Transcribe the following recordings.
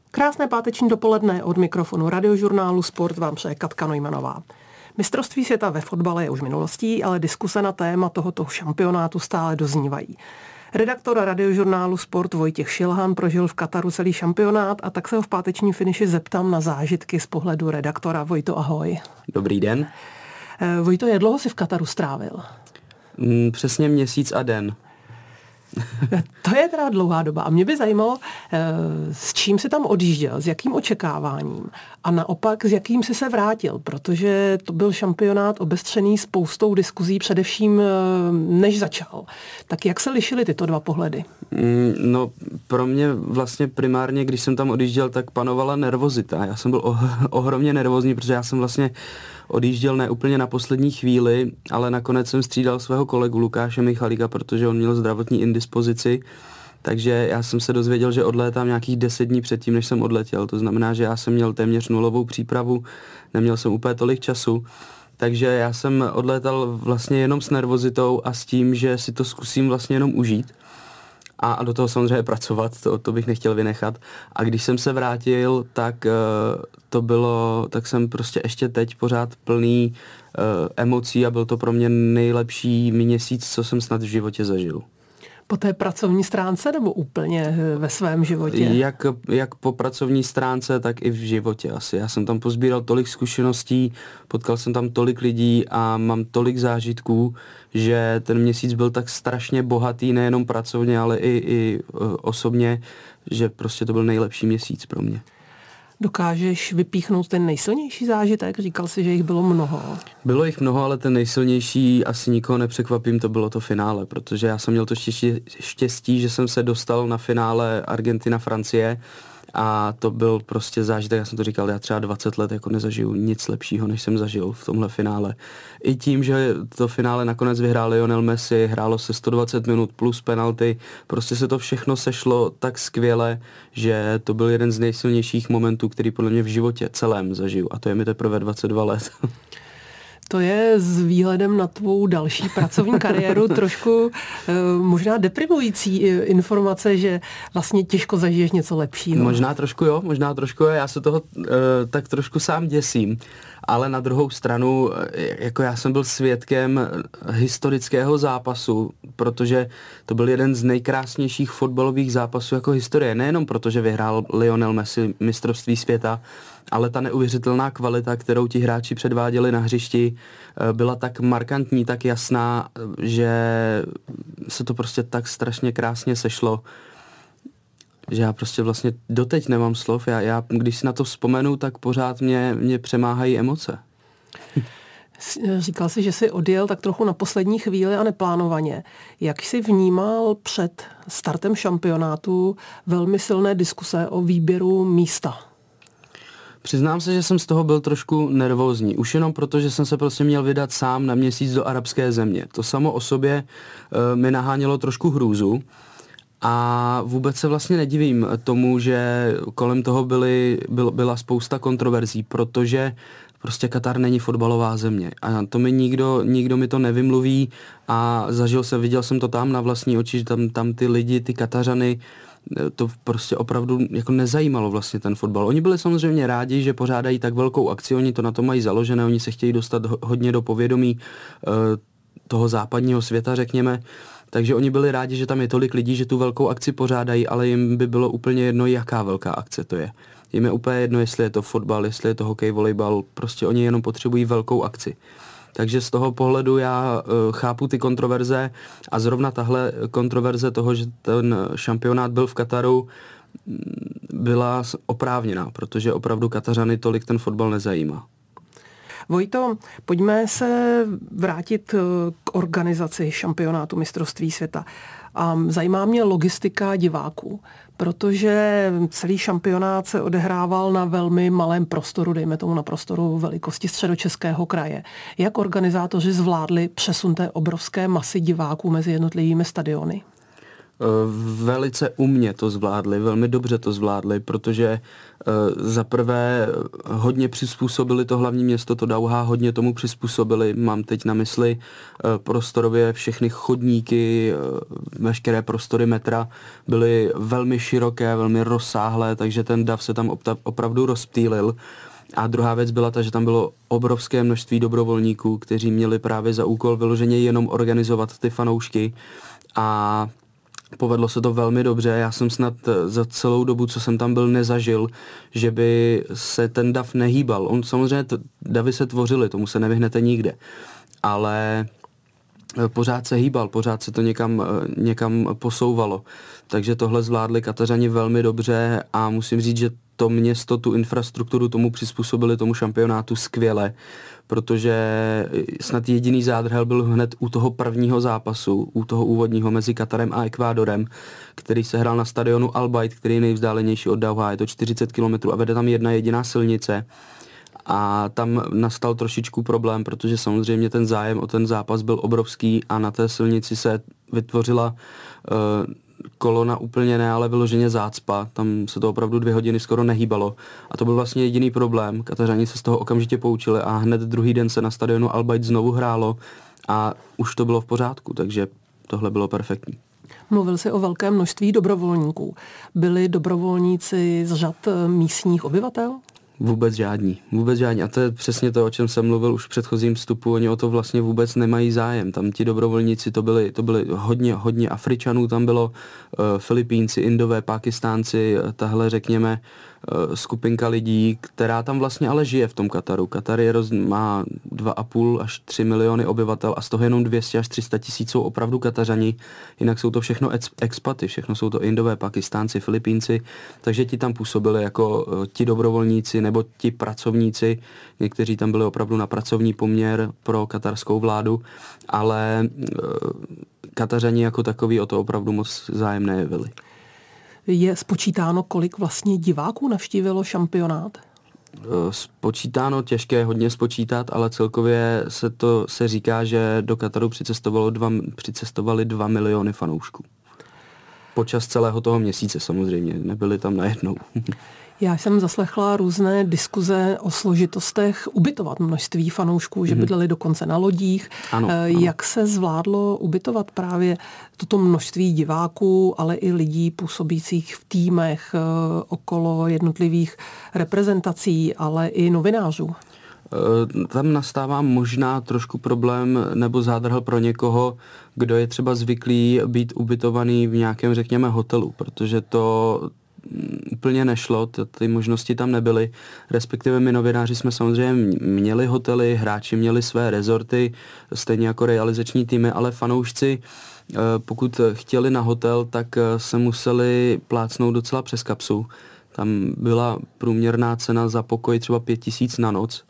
Krásné páteční dopoledne od mikrofonu Radiožurnálu Sport vám přeje Katka Neumannová. Mistrovství světa ve fotbale je už minulostí, ale diskuse na téma tohoto šampionátu stále doznívají. Redaktor Radiožurnálu Sport Vojtěch Šilhan prožil v Kataru celý šampionát a tak se ho v páteční finiši zeptám na zážitky z pohledu redaktora. Vojto, ahoj. Dobrý den. Vojto, jak dlouho jsi v Kataru strávil? Přesně měsíc a den. To je teda dlouhá doba a mě by zajímalo, s čím jsi tam odjížděl, s jakým očekáváním a naopak s jakým jsi se vrátil, protože to byl šampionát obestřený spoustou diskuzí, především než začal. Tak jak se lišily tyto dva pohledy? No pro mě vlastně primárně, když jsem tam odjížděl, tak panovala nervozita. Já jsem byl ohromně nervózní, protože já jsem vlastně odjížděl ne úplně na poslední chvíli, ale nakonec jsem střídal svého kolegu Lukáše Michalíka, protože on měl zdravotní indispozici, takže já jsem se dozvěděl, že odlétám nějakých 10 dní předtím, než jsem odletěl. To znamená, že já jsem měl téměř nulovou přípravu, neměl jsem úplně tolik času, takže já jsem odlétal vlastně jenom s nervozitou a s tím, že si to zkusím vlastně jenom užít. A do toho samozřejmě pracovat, to bych nechtěl vynechat. A když jsem se vrátil, tak tak jsem prostě ještě teď pořád plný emocí a byl to pro mě nejlepší měsíc, co jsem snad v životě zažil. Po té pracovní stránce nebo úplně ve svém životě? Jak po pracovní stránce, tak i v životě asi. Já jsem tam pozbíral tolik zkušeností, potkal jsem tam tolik lidí a mám tolik zážitků, že ten měsíc byl tak strašně bohatý, nejenom pracovně, ale i osobně, že prostě to byl nejlepší měsíc pro mě. Dokážeš vypíchnout ten nejsilnější zážitek? Říkal jsi, že jich bylo mnoho. Bylo jich mnoho, ale ten nejsilnější, asi nikoho nepřekvapím, to bylo to finále, protože já jsem měl to štěstí, že jsem se dostal na finále Argentina-Francie a to byl prostě zážitek, já jsem to říkal, já třeba 20 let jako nezažiju nic lepšího, než jsem zažil v tomhle finále. I tím, že to finále nakonec vyhrál Lionel Messi, hrálo se 120 minut plus penalty, prostě se to všechno sešlo tak skvěle, že to byl jeden z nejsilnějších momentů, který podle mě v životě celém zažiju a to je mi teprve 22 let. To je s výhledem na tvou další pracovní kariéru trošku možná deprimující informace, že vlastně těžko zažiješ něco lepšího. Možná trošku jo, já se toho tak trošku sám děsím, ale na druhou stranu, jako já jsem byl svědkem historického zápasu, protože to byl jeden z nejkrásnějších fotbalových zápasů jako historie, nejenom protože vyhrál Lionel Messi mistrovství světa, ale ta neuvěřitelná kvalita, kterou ti hráči předváděli na hřišti, byla tak markantní, tak jasná, že se to prostě tak strašně krásně sešlo, že já prostě vlastně doteď nemám slov. Já když si na to vzpomenu, tak pořád mě přemáhají emoce. Říkal jsi, že jsi odjel tak trochu na poslední chvíli a neplánovaně. Jak jsi vnímal před startem šampionátu velmi silné diskuse o výběru místa? Přiznám se, že jsem z toho byl trošku nervózní. Už jenom proto, že jsem se prostě měl vydat sám na měsíc do arabské země. To samo o sobě mi nahánělo trošku hrůzu a vůbec se vlastně nedivím tomu, že kolem toho byla spousta kontroverzí, protože prostě Katar není fotbalová země a to mi nikdo mi to nevymluví a viděl jsem to tam na vlastní oči, že tam ty lidi, ty Katařany, to prostě opravdu jako nezajímalo vlastně ten fotbal. Oni byli samozřejmě rádi, že pořádají tak velkou akci, oni to na to mají založené, oni se chtějí dostat hodně do povědomí toho západního světa, řekněme. Takže oni byli rádi, že tam je tolik lidí, že tu velkou akci pořádají, ale jim by bylo úplně jedno, jaká velká akce to je. Jim je úplně jedno, jestli je to fotbal, jestli je to hokej, volejbal, prostě oni jenom potřebují velkou akci. Takže z toho pohledu já chápu ty kontroverze a zrovna tahle kontroverze toho, že ten šampionát byl v Kataru, byla oprávněná, protože opravdu Katařany tolik ten fotbal nezajímá. Vojto, pojďme se vrátit k organizaci šampionátu mistrovství světa. A zajímá mě logistika diváků, protože celý šampionát se odehrával na velmi malém prostoru, dejme tomu na prostoru velikosti Středočeského kraje. Jak organizátoři zvládli přesun té obrovské masy diváků mezi jednotlivými stadiony? Velice umně to zvládli, velmi dobře to zvládli, protože za prvé hodně přizpůsobili to hlavní město, to Dauhá, hodně tomu přizpůsobili. Mám teď na mysli prostorově všechny chodníky, veškeré prostory metra byly velmi široké, velmi rozsáhlé, takže ten dav se tam opravdu rozptýlil. A druhá věc byla ta, že tam bylo obrovské množství dobrovolníků, kteří měli právě za úkol vyloženě jenom organizovat ty fanoušky a povedlo se to velmi dobře. Já jsem snad za celou dobu, co jsem tam byl, nezažil, že by se ten dav nehýbal. On samozřejmě, davy se tvořily, tomu se nevyhnete nikde, ale pořád se hýbal, pořád se to někam posouvalo. Takže tohle zvládli Katařani velmi dobře a musím říct, že to město, tu infrastrukturu tomu přizpůsobili tomu šampionátu skvěle, protože snad jediný zádrhel byl hned u toho prvního zápasu, u toho úvodního mezi Katarem a Ekvádorem, který se hrál na stadionu Al Bayt, který je nejvzdálenější od Dauhá, je to 40 km a vede tam jedna jediná silnice. A tam nastal trošičku problém, protože samozřejmě ten zájem o ten zápas byl obrovský a na té silnici se vytvořila kolona úplně ne, ale vyloženě zácpa. Tam se to opravdu 2 hodiny skoro nehýbalo. A to byl vlastně jediný problém. Katařani se z toho okamžitě poučili a hned druhý den se na stadionu Al Bayt znovu hrálo a už to bylo v pořádku, takže tohle bylo perfektní. Mluvil jsi o velké množství dobrovolníků. Byli dobrovolníci z řad místních obyvatel? Vůbec žádní. A to je přesně to, o čem jsem mluvil už v předchozím vstupu. Oni o to vlastně vůbec nemají zájem. Tam ti dobrovolníci, to byli hodně Afričanů, tam bylo Filipínci, Indové, Pákistánci, tahle řekněme skupinka lidí, která tam vlastně ale žije v tom Kataru. Katar má 2,5 až 3 miliony obyvatel a z toho jenom 200 až 300 tisíc jsou opravdu Katařani, jinak jsou to všechno expaty, všechno jsou to Indové, Pakistánci, Filipínci, takže ti tam působili jako ti dobrovolníci nebo ti pracovníci, někteří tam byli opravdu na pracovní poměr pro katarskou vládu, ale Katařani jako takový o to opravdu moc zájem nejevili. Je spočítáno, kolik vlastně diváků navštívilo šampionát? Spočítáno, těžké hodně spočítat, ale celkově se říká, že do Kataru přicestovali 2 miliony fanoušků. Počas celého toho měsíce samozřejmě, nebyli tam najednou. Já jsem zaslechla různé diskuze o složitostech ubytovat množství fanoušků, že bydleli dokonce na lodích. Ano. Jak se zvládlo ubytovat právě toto množství diváků, ale i lidí působících v týmech okolo jednotlivých reprezentací, ale i novinářů? Tam nastává možná trošku problém nebo zádrhel pro někoho, kdo je třeba zvyklý být ubytovaný v nějakém, řekněme, hotelu, protože to úplně nešlo, ty možnosti tam nebyly, respektive my novináři jsme samozřejmě měli hotely, hráči měli své rezorty, stejně jako realizační týmy, ale fanoušci, pokud chtěli na hotel, tak se museli plácnout docela přes kapsu. Tam byla průměrná cena za pokoj třeba 5 000 na noc.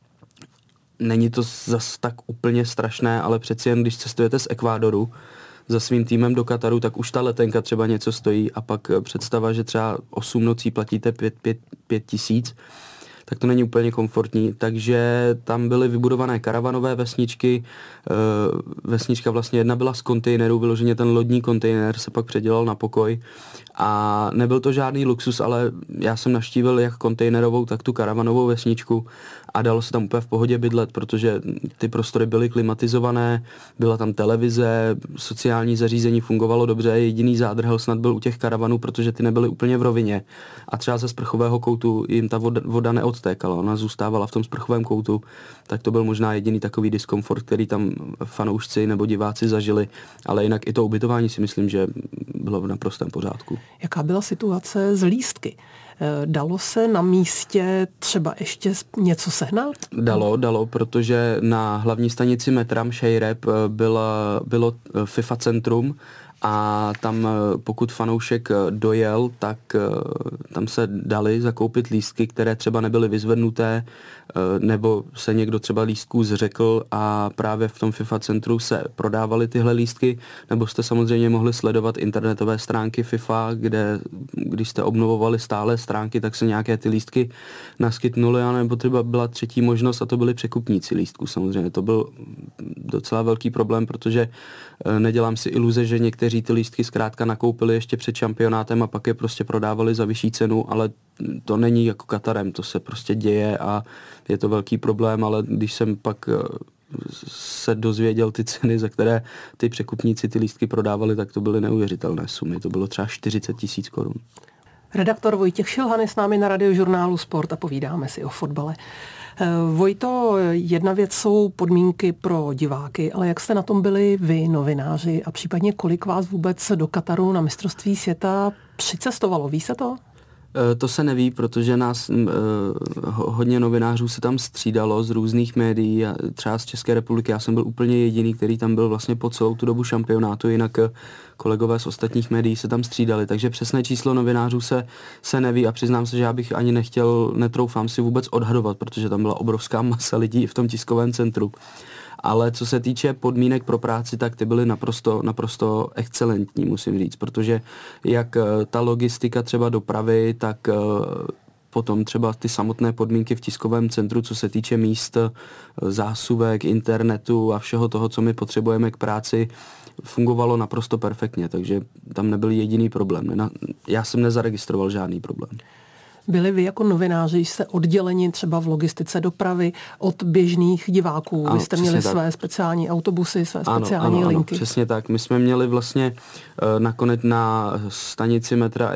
Není to zas tak úplně strašné, ale přeci jen, když cestujete z Ekvádoru za svým týmem do Kataru, tak už ta letenka třeba něco stojí a pak představa, že třeba 8 nocí platíte 5 000, tak to není úplně komfortní, takže tam byly vybudované karavanové vesničky. Vesnička vlastně jedna byla z kontejnerů, vyloženě ten lodní kontejner se pak předělal na pokoj a nebyl to žádný luxus, ale já jsem navštívil jak kontejnerovou, tak tu karavanovou vesničku a dalo se tam úplně v pohodě bydlet, protože ty prostory byly klimatizované, byla tam televize, sociální zařízení fungovalo dobře, jediný zádrhel snad byl u těch karavanů, protože ty nebyly úplně v rovině a třeba ze sprchového koutu jim ta voda neodtékala, ona zůstávala v tom sprchovém koutu, tak to byl možná jediný takový diskomfort, který tam fanoušci nebo diváci zažili, ale jinak i to ubytování si myslím, že bylo v naprostém pořádku. Jaká byla situace s lístky? Dalo se na místě třeba ještě něco sehnat? Dalo, protože na hlavní stanici metra Mšejrep bylo FIFA centrum a tam pokud fanoušek dojel, tak tam se dali zakoupit lístky, které třeba nebyly vyzvednuté, nebo se někdo třeba lístků zřekl a právě v tom FIFA centru se prodávaly tyhle lístky, nebo jste samozřejmě mohli sledovat internetové stránky FIFA, kde když jste obnovovali stále stránky, tak se nějaké ty lístky naskytnuly, nebo třeba byla třetí možnost a to byli překupníci lístků samozřejmě. To byl docela velký problém, protože nedělám si iluze, že někteří ty lístky zkrátka nakoupili ještě před šampionátem a pak je prostě prodávali za vyšší cenu, ale to není jako Katarem, to se prostě děje a je to velký problém, ale když jsem pak se dozvěděl ty ceny, za které ty překupníci ty lístky prodávali, tak to byly neuvěřitelné sumy. To bylo třeba 40 000 korun. Redaktor Vojtěch Šilhan je s námi na Radiožurnálu Sport a povídáme si o fotbale. Vojto, jedna věc jsou podmínky pro diváky, ale jak jste na tom byli vy, novináři, a případně kolik vás vůbec do Kataru na mistrovství světa přicestovalo? Ví se to? To se neví, protože nás hodně novinářů se tam střídalo z různých médií, třeba z České republiky. Já jsem byl úplně jediný, který tam byl vlastně po celou tu dobu šampionátu, jinak kolegové z ostatních médií se tam střídali, takže přesné číslo novinářů se neví a přiznám se, že já bych ani netroufám si vůbec odhadovat, protože tam byla obrovská masa lidí v tom tiskovém centru. Ale co se týče podmínek pro práci, tak ty byly naprosto excelentní, musím říct, protože jak ta logistika třeba dopravy, tak potom třeba ty samotné podmínky v tiskovém centru, co se týče míst, zásuvek, internetu a všeho toho, co my potřebujeme k práci, fungovalo naprosto perfektně, takže tam nebyl jediný problém. Já jsem nezaregistroval žádný problém. Byli vy jako novináři, jste odděleni třeba v logistice dopravy od běžných diváků? Vy jste měli své speciální autobusy, své speciální linky? Ano, přesně tak. My jsme měli vlastně nakonec na stanici metra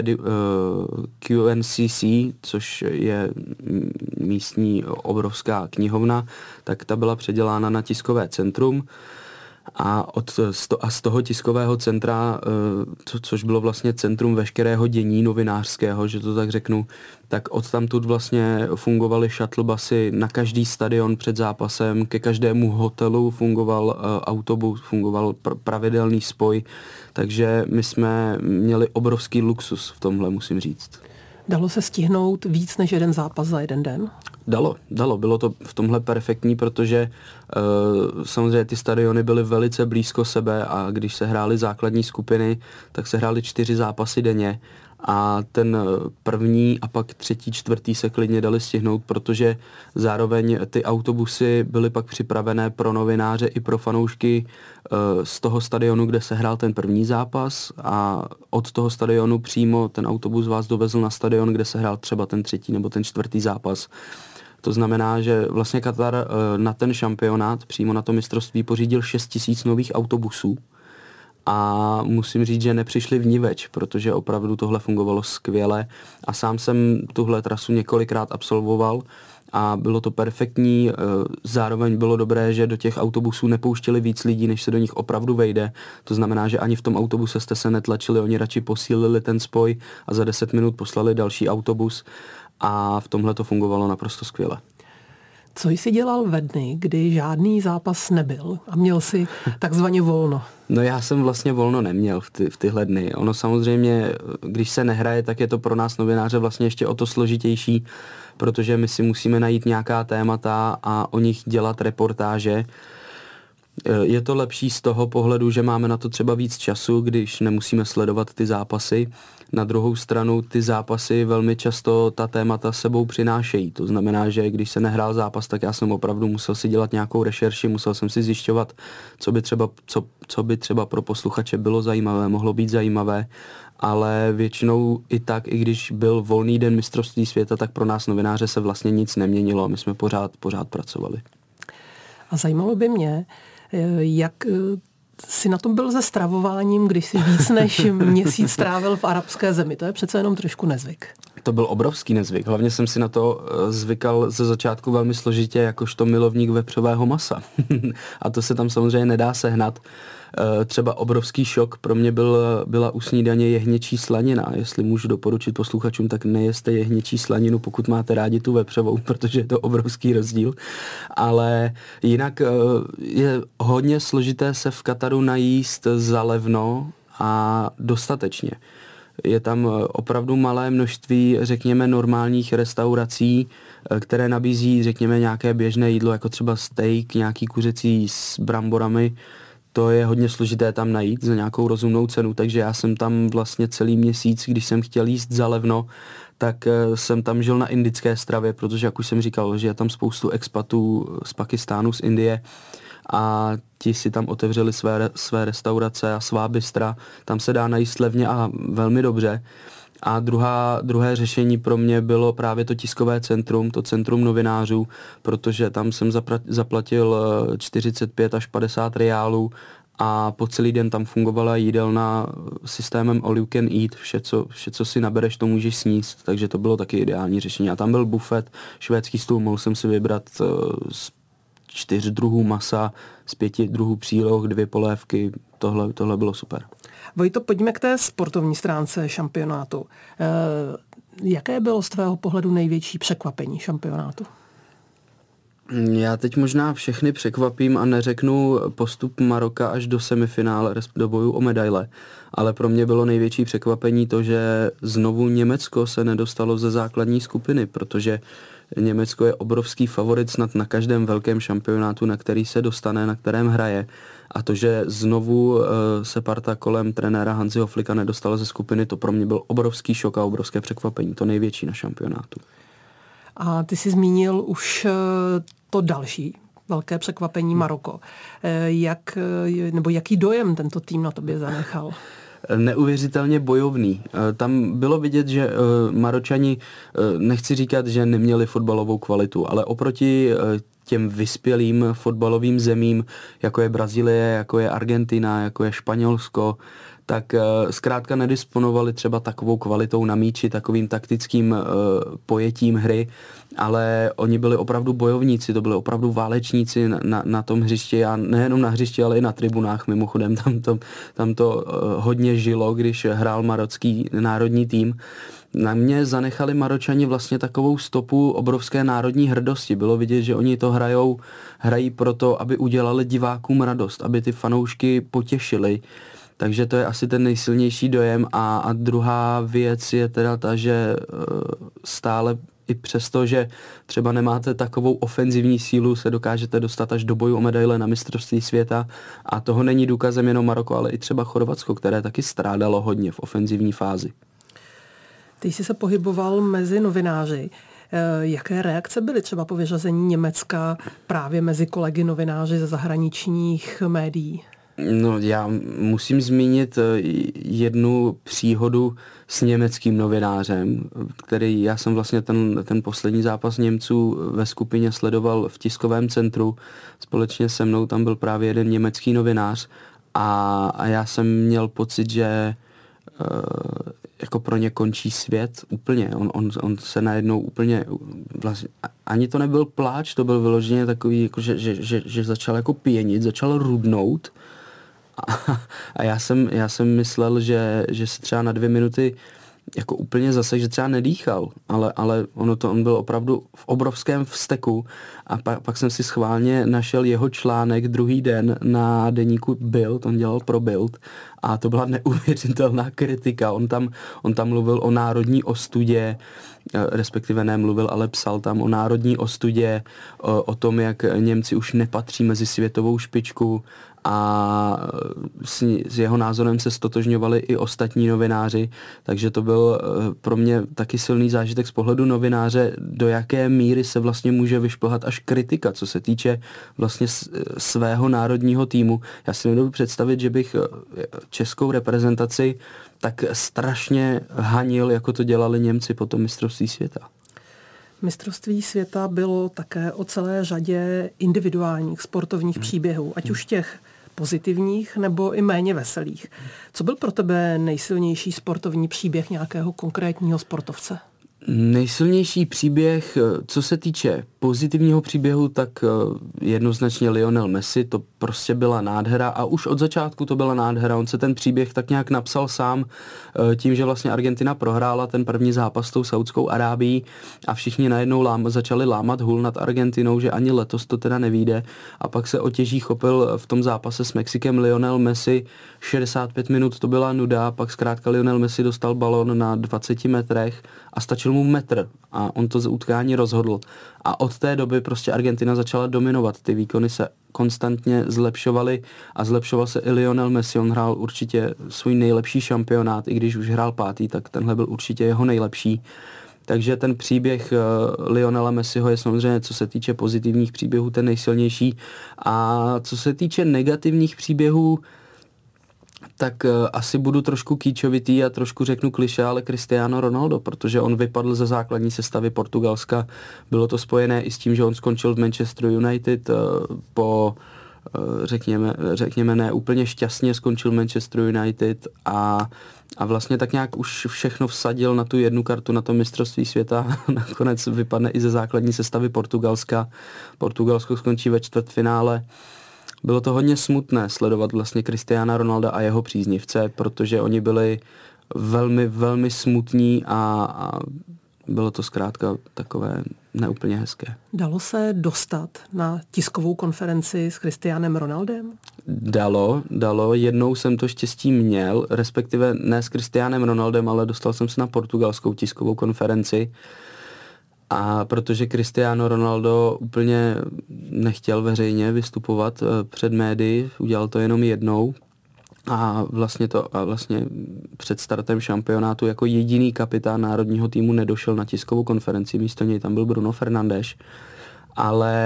QNCC, což je místní obrovská knihovna, tak ta byla předělána na tiskové centrum. A z toho tiskového centra, což bylo vlastně centrum veškerého dění novinářského, že to tak řeknu, tak odtamtud vlastně fungovaly shuttlebusy na každý stadion před zápasem, ke každému hotelu fungoval autobus, fungoval pravidelný spoj, takže my jsme měli obrovský luxus v tomhle, musím říct. Dalo se stihnout víc než jeden zápas za jeden den? Dalo. Bylo to v tomhle perfektní, protože samozřejmě ty stadiony byly velice blízko sebe a když se hrály základní skupiny, tak se hrály 4 zápasy denně a ten první a pak 3., 4. se klidně dali stihnout, protože zároveň ty autobusy byly pak připravené pro novináře i pro fanoušky z toho stadionu, kde se hrál ten první zápas a od toho stadionu přímo ten autobus vás dovezl na stadion, kde se hrál třeba ten 3. nebo ten 4. zápas. To znamená, že vlastně Katar na ten šampionát, přímo na to mistrovství, pořídil 6 000 nových autobusů a musím říct, že nepřišli vniveč, protože opravdu tohle fungovalo skvěle a sám jsem tuhle trasu několikrát absolvoval a bylo to perfektní, zároveň bylo dobré, že do těch autobusů nepouštěli víc lidí, než se do nich opravdu vejde. To znamená, že ani v tom autobuse jste se netlačili, oni radši posílili ten spoj a za 10 minut poslali další autobus a v tomhle to fungovalo naprosto skvěle. Co jsi dělal ve dny, kdy žádný zápas nebyl a měl si takzvaně volno? No já jsem vlastně volno neměl v tyhle dny. Ono samozřejmě, když se nehraje, tak je to pro nás novináře vlastně ještě o to složitější, protože my si musíme najít nějaká témata a o nich dělat reportáže. Je to lepší z toho pohledu, že máme na to třeba víc času, když nemusíme sledovat ty zápasy. Na druhou stranu ty zápasy velmi často ta témata sebou přinášejí. To znamená, že když se nehrál zápas, tak já jsem opravdu musel si dělat nějakou rešerši, musel jsem si zjišťovat, co by třeba pro posluchače bylo zajímavé, mohlo být zajímavé, ale většinou i tak, i když byl volný den mistrovství světa, tak pro nás novináře se vlastně nic neměnilo a my jsme pořád pracovali. A zajímalo by mě, jak jsi na tom byl se stravováním, když jsi víc než měsíc strávil v arabské zemi. To je přece jenom trošku nezvyk. To byl obrovský nezvyk. Hlavně jsem si na to zvykal ze začátku velmi složitě, jakožto milovník vepřového masa. A to se tam samozřejmě nedá sehnat. Třeba obrovský šok pro mě byla u snídaně jehněčí slanina. Jestli můžu doporučit posluchačům, tak nejeste jehněčí slaninu, pokud máte rádi tu vepřovou, protože je to obrovský rozdíl. Ale jinak je hodně složité se v Kataru najíst za levno a dostatečně. Je tam opravdu malé množství, řekněme, normálních restaurací, které nabízí, řekněme, nějaké běžné jídlo, jako třeba steak, nějaký kuřecí s bramborami. To je hodně složité tam najít za nějakou rozumnou cenu, takže já jsem tam vlastně celý měsíc, když jsem chtěl jíst za levno, tak jsem tam žil na indické stravě, protože jak už jsem říkal, že je tam spoustu expatů z Pakistánu, z Indie a ti si tam otevřeli své restaurace a svá bystra. Tam se dá najíst levně a velmi dobře. A druhé řešení pro mě bylo právě to tiskové centrum, to centrum novinářů, protože tam jsem zaplatil 45 až 50 riálů a po celý den tam fungovala jídelna systémem all you can eat, vše, co si nabereš, to můžeš sníst, takže to bylo taky ideální řešení. A tam byl bufet, švédský stůl, mohl jsem si vybrat z 4 druhů masa, z 5 druhů příloh, 2 polévky, tohle bylo super. Vojto, pojďme k té sportovní stránce šampionátu. Jaké bylo z tvého pohledu největší překvapení šampionátu? Já teď možná všechny překvapím a neřeknu postup Maroka až do semifinále, do bojů o medaile, ale pro mě bylo největší překvapení to, že znovu Německo se nedostalo ze základní skupiny, protože Německo je obrovský favorit snad na každém velkém šampionátu, na který se dostane, na kterém hraje. A to, že znovu se parta kolem trenéra Hansiho Flicka nedostala ze skupiny, to pro mě byl obrovský šok a obrovské překvapení, to největší na šampionátu. A ty jsi zmínil už to další velké překvapení Maroko. Jaký dojem tento tým na tobě zanechal? Neuvěřitelně bojovný. Tam bylo vidět, že Maročani, nechci říkat, že neměli fotbalovou kvalitu, ale oproti těm vyspělým fotbalovým zemím, jako je Brazílie, jako je Argentina, jako je Španělsko, tak zkrátka nedisponovali třeba takovou kvalitou na míči, takovým taktickým pojetím hry, ale oni byli opravdu bojovníci, to byli opravdu válečníci na tom hřišti a nejenom na hřišti, ale i na tribunách. Mimochodem tam to hodně žilo, když hrál marocký národní tým. Na mě zanechali Maročani vlastně takovou stopu obrovské národní hrdosti. Bylo vidět, že oni to hrají proto, aby udělali divákům radost, aby ty fanoušky potěšili. Takže to je asi ten nejsilnější dojem a druhá věc je teda ta, že stále i přesto, že třeba nemáte takovou ofenzivní sílu, se dokážete dostat až do boju o medaile na mistrovství světa a toho není důkazem jenom Maroko, ale i třeba Chorvatsko, které taky strádalo hodně v ofenzivní fázi. Ty jsi se pohyboval mezi novináři. Jaké reakce byly třeba po vyřazení Německa právě mezi kolegy novináři ze zahraničních médií? No, já musím zmínit jednu příhodu s německým novinářem, já jsem vlastně ten poslední zápas Němců ve skupině sledoval v tiskovém centru. Společně se mnou tam byl právě jeden německý novinář a já jsem měl pocit, že jako pro ně končí svět úplně. On se najednou úplně vlastně, ani to nebyl pláč, to byl vyloženě takový, jako že začal jako pěnit, začal rudnout. A já jsem myslel, že se třeba na 2 minuty jako úplně zase, že třeba nedýchal, ale on byl opravdu v obrovském vzteku a pak jsem si schválně našel jeho článek druhý den na deníku Bild, on dělal pro Bild a to byla neuvěřitelná kritika. On tam mluvil o národní ostudě, respektive nemluvil, ale psal tam o národní ostudě, o tom, jak Němci už nepatří mezi světovou špičku a s jeho názorem se stotožňovali i ostatní novináři, takže to byl pro mě taky silný zážitek z pohledu novináře, do jaké míry se vlastně může vyšplhat až kritika, co se týče vlastně svého národního týmu. Já si nedovedu představit, že bych českou reprezentaci tak strašně hanil, jako to dělali Němci po tom mistrovství světa. Mistrovství světa bylo také o celé řadě individuálních sportovních příběhů, ať už těch pozitivních nebo i méně veselých. Co byl pro tebe nejsilnější sportovní příběh nějakého konkrétního sportovce? Nejsilnější příběh, co se týče pozitivního příběhu, tak jednoznačně Lionel Messi, to prostě byla nádhera a už od začátku to byla nádhera. On se ten příběh tak nějak napsal sám tím, že vlastně Argentina prohrála ten první zápas s tou Saudskou Arábií a všichni najednou začali lámat hůl nad Argentinou, že ani letos to teda nevyjde a pak se otěží chopil v tom zápase s Mexikem Lionel Messi, 65 minut to byla nuda, pak zkrátka Lionel Messi dostal balón na 20 metrech a stačil mu metr a on to z utkání rozhodl. A od té doby prostě Argentina začala dominovat. Ty výkony se konstantně zlepšovaly a zlepšoval se i Lionel Messi. On hrál určitě svůj nejlepší šampionát, i když už hrál 5., tak tenhle byl určitě jeho nejlepší. Takže ten příběh Lionela Messiho je samozřejmě, co se týče pozitivních příběhů, ten nejsilnější. A co se týče negativních příběhů, tak asi budu trošku kýčovitý a trošku řeknu klišé, ale Cristiano Ronaldo, protože on vypadl ze základní sestavy Portugalska. Bylo to spojené i s tím, že on skončil v Manchester United po, řekněme ne úplně šťastně, skončil Manchester United a vlastně tak nějak už všechno vsadil na tu jednu kartu na to mistrovství světa. Nakonec vypadne i ze základní sestavy Portugalska. Portugalsko skončí ve čtvrtfinále. Bylo to hodně smutné sledovat vlastně Cristiana Ronalda a jeho příznivce, protože oni byli velmi, velmi smutní a bylo to zkrátka takové neúplně hezké. Dalo se dostat na tiskovou konferenci s Cristianem Ronaldem? Dalo. Jednou jsem to štěstí měl, respektive ne s Cristianem Ronaldem, ale dostal jsem se na portugalskou tiskovou konferenci. A protože Cristiano Ronaldo úplně nechtěl veřejně vystupovat před médii, udělal to jenom jednou a vlastně před startem šampionátu jako jediný kapitán národního týmu nedošel na tiskovou konferenci, místo něj tam byl Bruno Fernandes, ale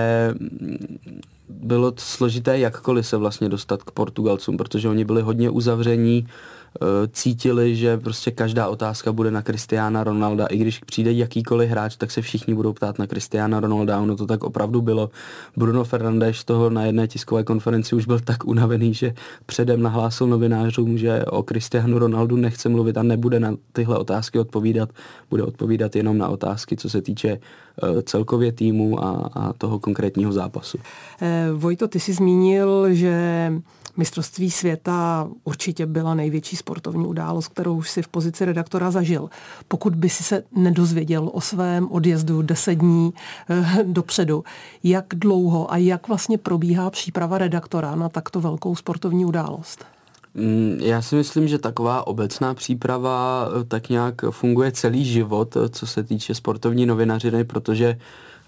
bylo to složité jakkoliv se vlastně dostat k Portugalcům, protože oni byli hodně uzavření, cítili, že prostě každá otázka bude na Cristiana Ronalda, i když přijde jakýkoliv hráč, tak se všichni budou ptát na Cristiana Ronalda, ono to tak opravdu bylo. Bruno Fernandes toho na jedné tiskové konferenci už byl tak unavený, že předem nahlásil novinářům, že o Cristianu Ronaldu nechce mluvit a nebude na tyhle otázky odpovídat, bude odpovídat jenom na otázky, co se týče celkově týmu a toho konkrétního zápasu. Vojto, ty jsi zmínil, že mistrovství světa určitě byla největší sportovní událost, kterou už si v pozici redaktora zažil. Pokud by si se nedozvěděl o svém odjezdu 10 dní dopředu, jak dlouho a jak vlastně probíhá příprava redaktora na takto velkou sportovní událost? Já si myslím, že taková obecná příprava tak nějak funguje celý život, co se týče sportovní novinařiny, protože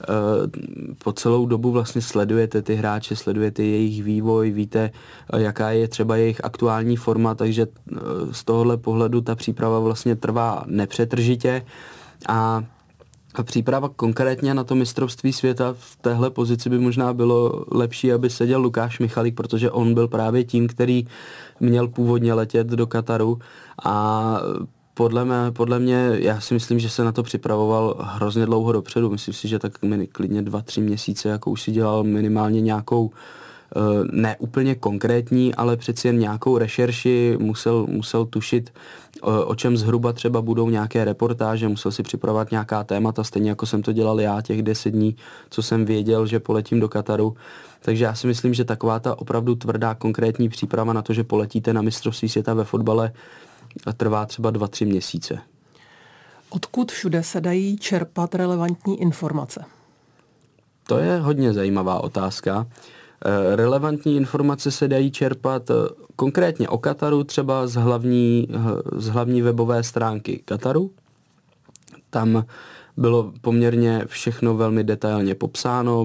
po celou dobu vlastně sledujete ty hráče, sledujete jejich vývoj, víte, jaká je třeba jejich aktuální forma, takže z tohohle pohledu ta příprava vlastně trvá nepřetržitě a příprava konkrétně na to mistrovství světa v téhle pozici by možná bylo lepší, aby seděl Lukáš Michalík, protože on byl právě tím, který měl původně letět do Kataru a podle mě, já si myslím, že se na to připravoval hrozně dlouho dopředu. Myslím si, že tak klidně 2-3 měsíce, jako už si dělal minimálně nějakou, ne úplně konkrétní, ale přeci jen nějakou rešerši, musel tušit, o čem zhruba třeba budou nějaké reportáže, musel si připravovat nějaká témata, stejně jako jsem to dělal já těch 10 dní, co jsem věděl, že poletím do Kataru. Takže já si myslím, že taková ta opravdu tvrdá konkrétní příprava na to, že poletíte na mistrovství světa ve fotbale, trvá třeba 2-3 měsíce. Odkud všude se dají čerpat relevantní informace? To je hodně zajímavá otázka. Relevantní informace se dají čerpat konkrétně o Kataru třeba z hlavní webové stránky Kataru. Tam bylo poměrně všechno velmi detailně popsáno,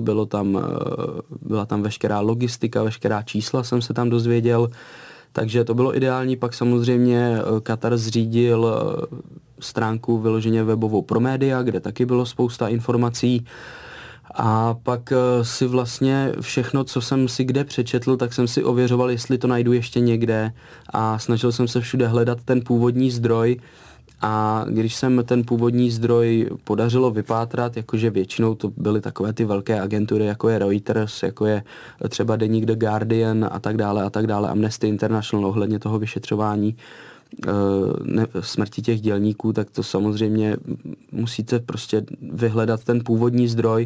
byla tam veškerá logistika, veškerá čísla jsem se tam dozvěděl, takže to bylo ideální. Pak samozřejmě Katar zřídil stránku vyloženě webovou pro média, kde taky bylo spousta informací. A pak si vlastně všechno, co jsem si kde přečetl, tak jsem si ověřoval, jestli to najdu ještě někde a snažil jsem se všude hledat ten původní zdroj. A když jsem ten původní zdroj podařilo vypátrat, jakože většinou to byly takové ty velké agentury, jako je Reuters, jako je třeba deník The Guardian a tak dále, Amnesty International ohledně toho vyšetřování smrti těch dělníků, tak to samozřejmě musíte prostě vyhledat ten původní zdroj,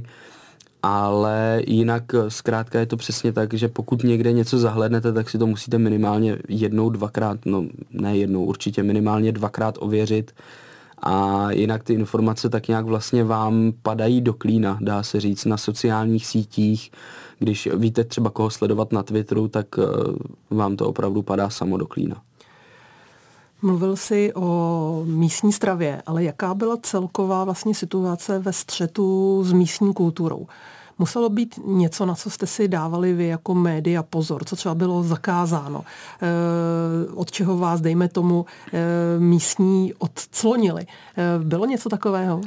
ale jinak zkrátka je to přesně tak, že pokud někde něco zahlednete, tak si to musíte minimálně určitě minimálně dvakrát ověřit a jinak ty informace tak nějak vlastně vám padají do klína, dá se říct, na sociálních sítích. Když víte třeba koho sledovat na Twitteru, tak vám to opravdu padá samo do klína. Mluvil jsi o místní stravě, ale jaká byla celková vlastně situace ve střetu s místní kulturou? Muselo být něco, na co jste si dávali vy jako média pozor, co třeba bylo zakázáno, od čeho vás, dejme tomu, místní odclonili. Bylo něco takového?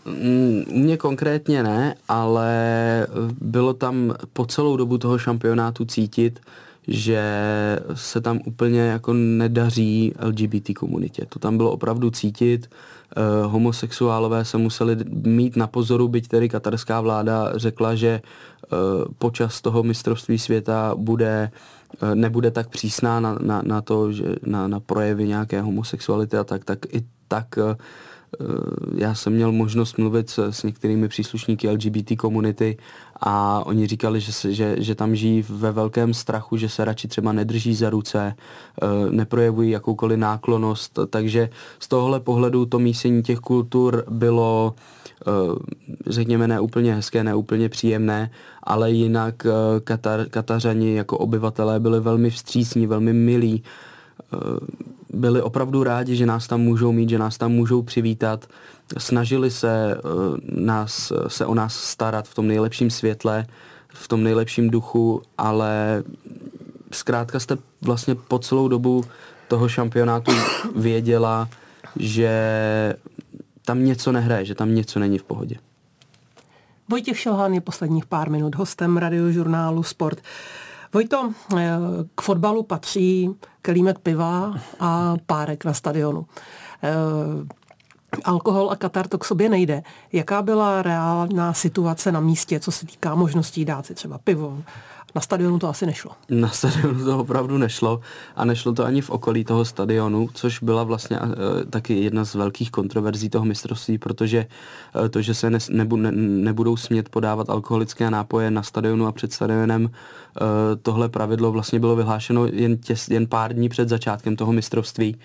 U mě konkrétně ne, ale bylo tam po celou dobu toho šampionátu cítit, že se tam úplně jako nedaří LGBT komunitě. To tam bylo opravdu cítit. Homosexuálové se museli mít na pozoru, byť tedy katarská vláda řekla, že počas toho mistrovství světa nebude tak přísná na to, že na projevy nějaké homosexuality a tak i tak já jsem měl možnost mluvit s některými příslušníky LGBT komunity a oni říkali, že tam žijí ve velkém strachu, že se radši třeba nedrží za ruce, neprojevují jakoukoliv náklonnost, takže z tohohle pohledu to mísení těch kultur bylo řekněme neúplně hezké, neúplně příjemné, ale jinak Katařani jako obyvatelé byli velmi vstřícní, velmi milí, byli opravdu rádi, že nás tam můžou mít, že nás tam můžou přivítat. Snažili se o nás starat v tom nejlepším světle, v tom nejlepším duchu, ale zkrátka jste vlastně po celou dobu toho šampionátu věděla, že tam něco nehraje, že tam něco není v pohodě. Vojtěch Šilhán je posledních pár minut hostem Radiožurnálu Sport. Vojto, k fotbalu patří kelímek piva a párek na stadionu. Alkohol a Katar, to k sobě nejde. Jaká byla reálná situace na místě, co se týká možností dát si třeba pivo? Na stadionu to asi nešlo. Na stadionu to opravdu nešlo a nešlo to ani v okolí toho stadionu, což byla vlastně taky jedna z velkých kontroverzí toho mistrovství, protože to, že se nebudou smět podávat alkoholické nápoje na stadionu a před stadionem, tohle pravidlo vlastně bylo vyhlášeno jen pár dní před začátkem toho mistrovství.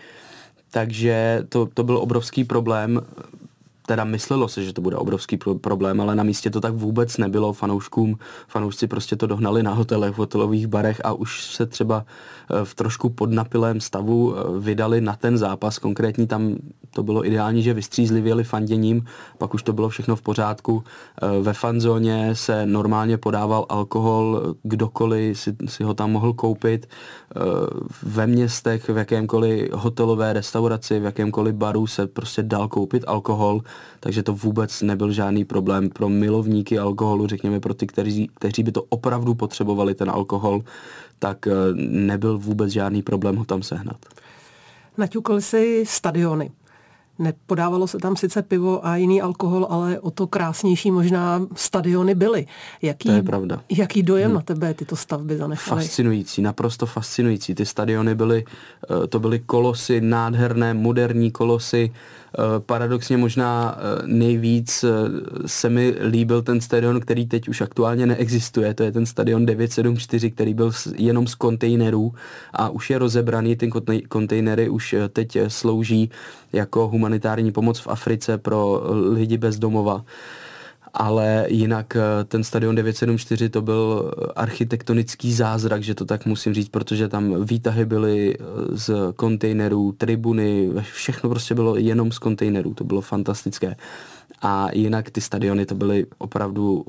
Takže to byl obrovský problém. Teda myslelo se, že to bude obrovský problém, ale na místě to tak vůbec nebylo. Fanoušci prostě to dohnali na hotelech, v hotelových barech a už se třeba v trošku podnapilém stavu vydali na ten zápas. Konkrétní tam to bylo ideální, že vystřízlivěli fanděním, pak už to bylo všechno v pořádku. Ve fanzóně se normálně podával alkohol, kdokoliv si ho tam mohl koupit. Ve městech, v jakémkoliv hotelové restauraci, v jakémkoliv baru se prostě dal koupit alkohol, takže to vůbec nebyl žádný problém pro milovníky alkoholu, řekněme pro ty, kteří by to opravdu potřebovali, ten alkohol, tak nebyl vůbec žádný problém ho tam sehnat. Naťukli si stadiony. Nepodávalo se tam sice pivo a jiný alkohol, ale o to krásnější možná stadiony byly. To je pravda. Jaký dojem na tebe tyto stavby zanechaly? Fascinující, naprosto fascinující. Ty stadiony byly kolosy, nádherné, moderní kolosy. Paradoxně možná nejvíc se mi líbil ten stadion, který teď už aktuálně neexistuje. To je ten stadion 974, který byl jenom z kontejnerů a už je rozebraný. Ty kontejnery už teď slouží jako humanitární pomoc v Africe pro lidi bez domova. Ale jinak ten stadion 974 to byl architektonický zázrak, že to tak musím říct, protože tam výtahy byly z kontejnerů, tribuny, všechno prostě bylo jenom z kontejnerů, to bylo fantastické. A jinak ty stadiony to byly opravdu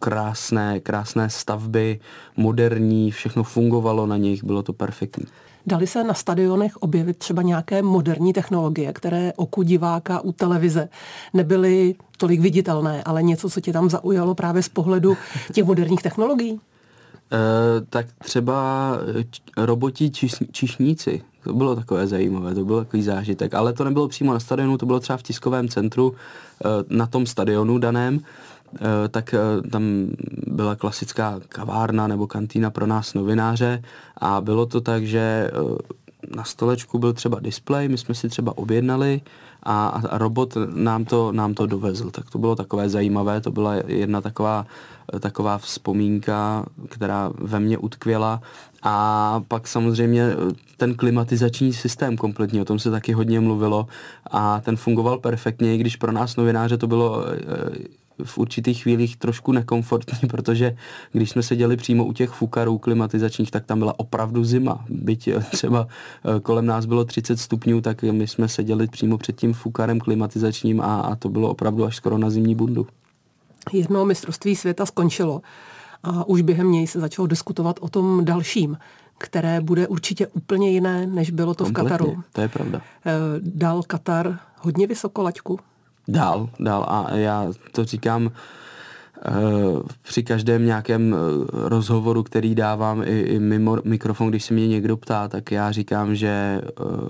krásné stavby, moderní, všechno fungovalo na nich, bylo to perfektní. Dali se na stadionech objevit třeba nějaké moderní technologie, které oku diváka u televize nebyly tolik viditelné, ale něco, co tě tam zaujalo právě z pohledu těch moderních technologií? Tak třeba roboti čišníci. To bylo takové zajímavé, to byl takový zážitek. Ale to nebylo přímo na stadionu, to bylo třeba v tiskovém centru na tom stadionu daném. Tak tam byla klasická kavárna nebo kantýna pro nás novináře a bylo to tak, že na stolečku byl třeba displej, my jsme si třeba objednali a robot nám to dovezl. Tak to bylo takové zajímavé, to byla jedna taková vzpomínka, která ve mně utkvěla. A pak samozřejmě ten klimatizační systém kompletně, o tom se taky hodně mluvilo a ten fungoval perfektně, i když pro nás novináře to bylo v určitých chvílích trošku nekomfortní, protože když jsme seděli přímo u těch fukarů klimatizačních, tak tam byla opravdu zima. Byť třeba kolem nás bylo 30 stupňů, tak my jsme seděli přímo před tím fukarem klimatizačním a to bylo opravdu až skoro na zimní bundu. Jedno mistrovství světa skončilo a už během něj se začalo diskutovat o tom dalším, které bude určitě úplně jiné, než bylo to kompletně v Kataru. To je pravda. Dal Katar hodně vysoko laťku? Dál a já to říkám při každém nějakém rozhovoru, který dávám i mimo mikrofon, když se mě někdo ptá, tak já říkám, že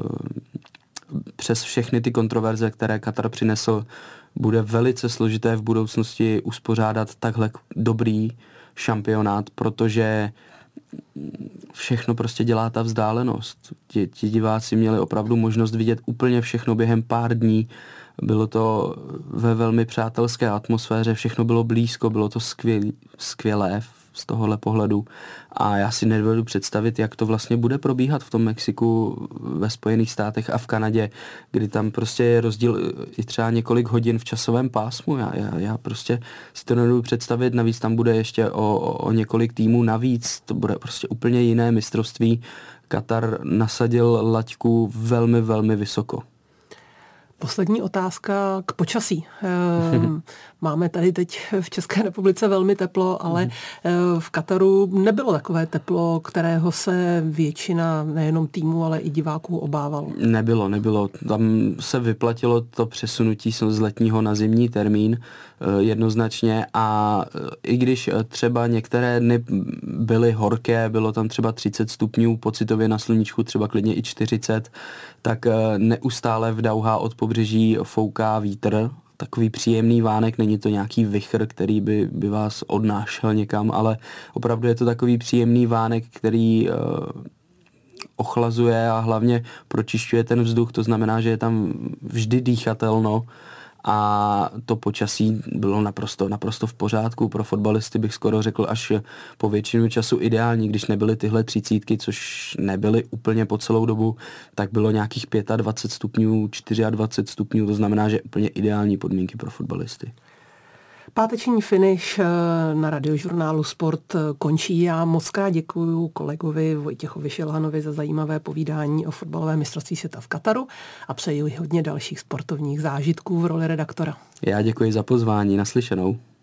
přes všechny ty kontroverze, které Katar přinesl, bude velice složité v budoucnosti uspořádat takhle dobrý šampionát, protože všechno prostě dělá ta vzdálenost. Ti diváci měli opravdu možnost vidět úplně všechno během pár dní. Bylo to ve velmi přátelské atmosféře, všechno bylo blízko, bylo to skvělé z tohohle pohledu. A já si nedovedu představit, jak to vlastně bude probíhat v tom Mexiku, ve Spojených státech a v Kanadě, kdy tam prostě je rozdíl i třeba několik hodin v časovém pásmu. Já prostě si to nedovedu představit, navíc tam bude ještě o několik týmů navíc, to bude prostě úplně jiné mistrovství. Katar nasadil laťku velmi, velmi vysoko. Poslední otázka k počasí. Máme tady teď v České republice velmi teplo, ale v Kataru nebylo takové teplo, kterého se většina nejenom týmu, ale i diváků obávalo. Nebylo. Tam se vyplatilo to přesunutí z letního na zimní termín jednoznačně a i když třeba některé dny byly horké, bylo tam třeba 30 stupňů, pocitově na sluníčku třeba klidně i 40, tak neustále v Dauhá od pobřeží fouká vítr, takový příjemný vánek, není to nějaký vichr, který by vás odnášel někam, ale opravdu je to takový příjemný vánek, který ochlazuje a hlavně pročišťuje ten vzduch, to znamená, že je tam vždy dýchatelno a to počasí bylo naprosto v pořádku. Pro fotbalisty bych skoro řekl až po většinu času ideální, když nebyly tyhle 30, což nebyly úplně po celou dobu, tak bylo nějakých 25 stupňů, 24 stupňů, to znamená, že úplně ideální podmínky pro fotbalisty. Páteční finish na Radiožurnálu Sport končí. Já moc krát děkuju kolegovi Vojtěchovi Šilhanovi za zajímavé povídání o fotbalovém mistrovství světa v Kataru a přeji hodně dalších sportovních zážitků v roli redaktora. Já děkuji za pozvání, naslyšenou.